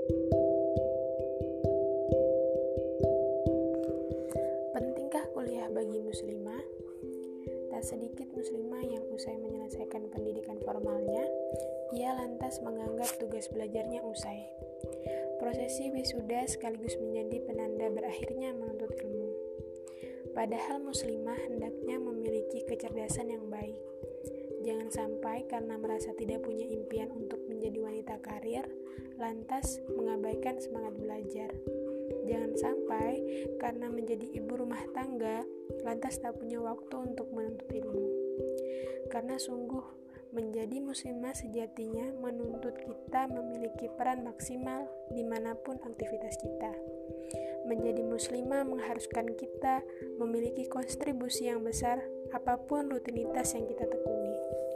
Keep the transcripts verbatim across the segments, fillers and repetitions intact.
Pentingkah kuliah bagi muslimah? Tak sedikit muslimah yang usai menyelesaikan pendidikan formalnya, ia lantas menganggap tugas belajarnya usai. Prosesi wisuda sekaligus menjadi penanda berakhirnya menuntut ilmu. Padahal muslimah hendaknya memiliki kecerdasan yang baik. Jangan sampai karena merasa tidak punya impian untuk menjadi wanita karir, lantas mengabaikan semangat belajar. Jangan sampai karena menjadi ibu rumah tangga, lantas tak punya waktu untuk menuntut ilmu. Karena sungguh menjadi muslimah sejatinya menuntut kita memiliki peran maksimal dimanapun aktivitas kita. Menjadi muslimah mengharuskan kita memiliki kontribusi yang besar apapun rutinitas yang kita tekuni.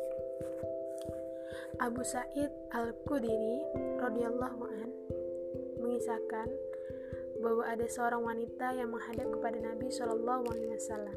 Abu Sa'id Al-Khudri radhiyallahu an mengisahkan bahwa ada seorang wanita yang menghadap kepada Nabi shallallahu alaihi wasallam.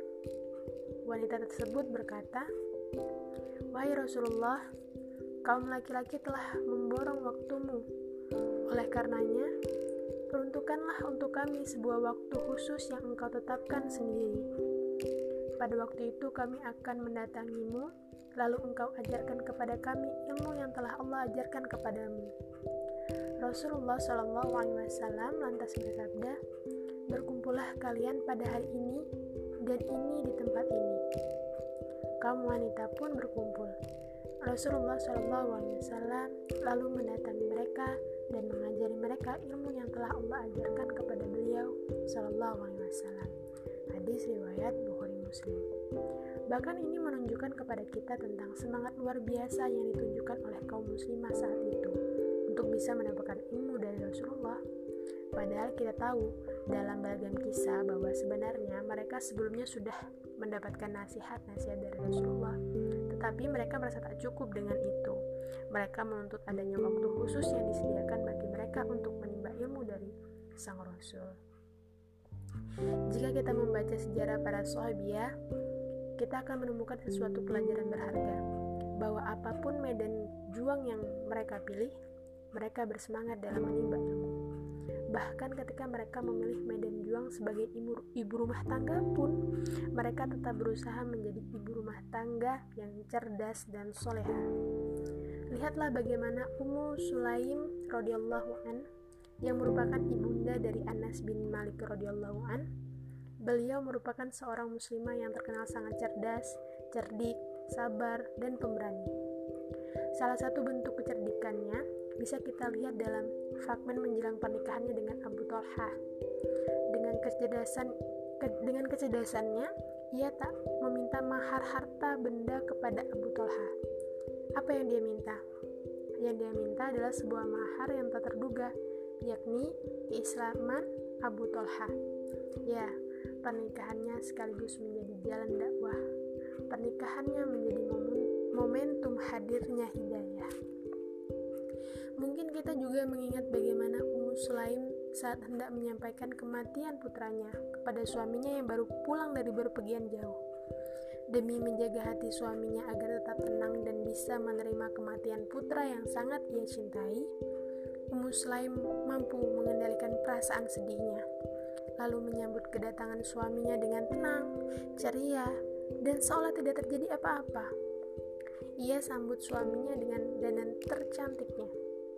Wanita tersebut berkata, "Wahai Rasulullah, kaum laki-laki telah memborong waktumu. Oleh karenanya, peruntukkanlah untuk kami sebuah waktu khusus yang engkau tetapkan sendiri. Pada waktu itu kami akan mendatangimu, lalu engkau ajarkan kepada kami ilmu yang telah Allah ajarkan kepadamu." Rasulullah shallallahu alaihi wasallam lantas bersabda, "Berkumpullah kalian pada hari ini dan ini di tempat ini." Kaum wanita pun berkumpul. Rasulullah shallallahu alaihi wasallam lalu mendatangi mereka dan mengajari mereka ilmu yang telah Allah ajarkan kepada beliau shallallahu alaihi wasallam. Hadis riwayat Bukhari Muslim. Bahkan ini menunjukkan kepada kita tentang semangat luar biasa yang ditunjukkan oleh kaum muslimah saat itu untuk bisa mendapatkan ilmu dari Rasulullah. Padahal kita tahu dalam beragam kisah bahwa sebenarnya mereka sebelumnya sudah mendapatkan nasihat-nasihat dari Rasulullah, tetapi mereka merasa tak cukup dengan itu. Mereka menuntut adanya waktu khusus yang disediakan bagi mereka untuk menimba ilmu dari sang Rasul. Jika kita membaca sejarah para sahabiah, kita akan menemukan sesuatu pelajaran berharga, bahwa apapun medan juang yang mereka pilih, mereka bersemangat dalam menimba ilmu. Bahkan ketika mereka memilih medan juang sebagai ibu, ibu rumah tangga pun, mereka tetap berusaha menjadi ibu rumah tangga yang cerdas dan soleha. Lihatlah bagaimana Ummu Sulaim radhiyallahu an, yang merupakan ibunda dari Anas bin Malik radhiyallahu an. Beliau merupakan seorang muslimah yang terkenal sangat cerdas, cerdik, sabar, dan pemberani. Salah satu bentuk kecerdikannya bisa kita lihat dalam fragmen menjelang pernikahannya dengan Abu Thalha. Dengan kecerdasan ke, dengan kecerdasannya, ia tak meminta mahar harta benda kepada Abu Thalha. Apa yang dia minta? Yang dia minta adalah sebuah mahar yang tak terduga, yakni keislaman Abu Thalha. Ya, pernikahannya sekaligus menjadi jalan dakwah. Pernikahannya menjadi momen, momentum hadirnya hidayah. Mungkin kita juga mengingat bagaimana Ummu Sulaim saat hendak menyampaikan kematian putranya kepada suaminya yang baru pulang dari berpergian jauh. Demi menjaga hati suaminya agar tetap tenang dan bisa menerima kematian putra yang sangat ia cintai, Ummu Sulaim mampu mengendalikan perasaan sedihnya, lalu menyambut kedatangan suaminya dengan tenang, ceria, dan seolah tidak terjadi apa-apa. Ia sambut suaminya dengan dandan tercantiknya.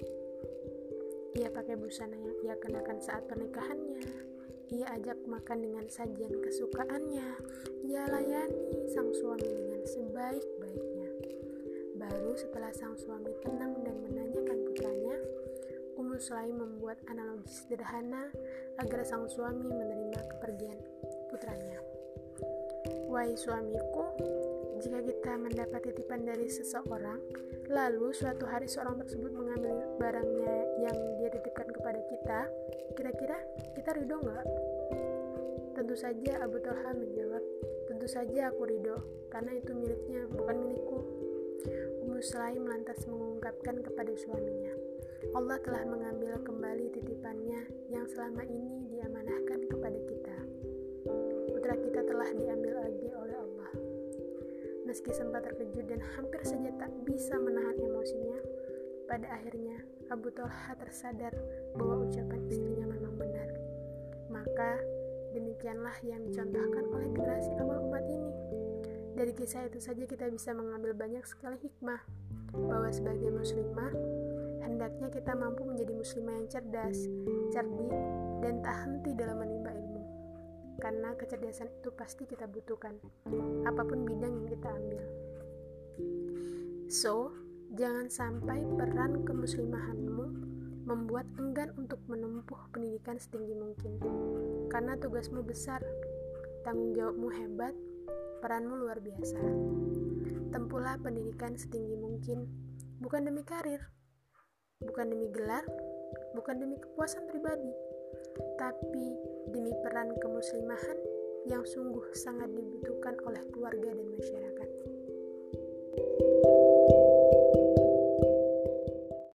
Ia pakai busana yang ia kenakan saat pernikahannya. Ia ajak makan dengan sajian kesukaannya. Ia layani sang suami dengan sebaik-baiknya. Baru setelah sang suami tenang dan menanyakan putranya, Ummu Sulaim membuat analogi sederhana agar sang suami menerima kepergian putranya. "Wahai suamiku, jika kita mendapat titipan dari seseorang, lalu suatu hari seorang tersebut mengambil barangnya yang dia titipkan kepada kita, kira-kira kita ridho nggak?" Tentu saja Abu Thalha menjawab, "Tentu saja aku ridho, karena itu miliknya, bukan milikku." Ummu Sulaim lantas mengungkapkan kepada suaminya, Allah telah mengambil kembali titipannya yang selama ini diamanahkan kepada kita. Putra kita telah diambil lagi oleh Allah. Meski sempat terkejut dan hampir saja tak bisa menahan emosinya, pada akhirnya Abu Thalha tersadar bahwa ucapan istrinya memang benar. Maka demikianlah yang dicontohkan oleh generasi awal umat ini. Dari kisah itu saja kita bisa mengambil banyak sekali hikmah, bahwa sebagai muslimah, hendaknya kita mampu menjadi muslimah yang cerdas, cerdik, dan tak henti dalam menimba ilmu. Karena kecerdasan itu pasti kita butuhkan, apapun bidang yang kita ambil. So, jangan sampai peran kemuslimahanmu membuat enggan untuk menempuh pendidikan setinggi mungkin. Karena tugasmu besar, tanggung jawabmu hebat, peranmu luar biasa. Tempuhlah pendidikan setinggi mungkin, bukan demi karir, bukan demi gelar, bukan demi kepuasan pribadi, tapi demi peran kemuslimahan yang sungguh sangat dibutuhkan oleh keluarga dan masyarakat.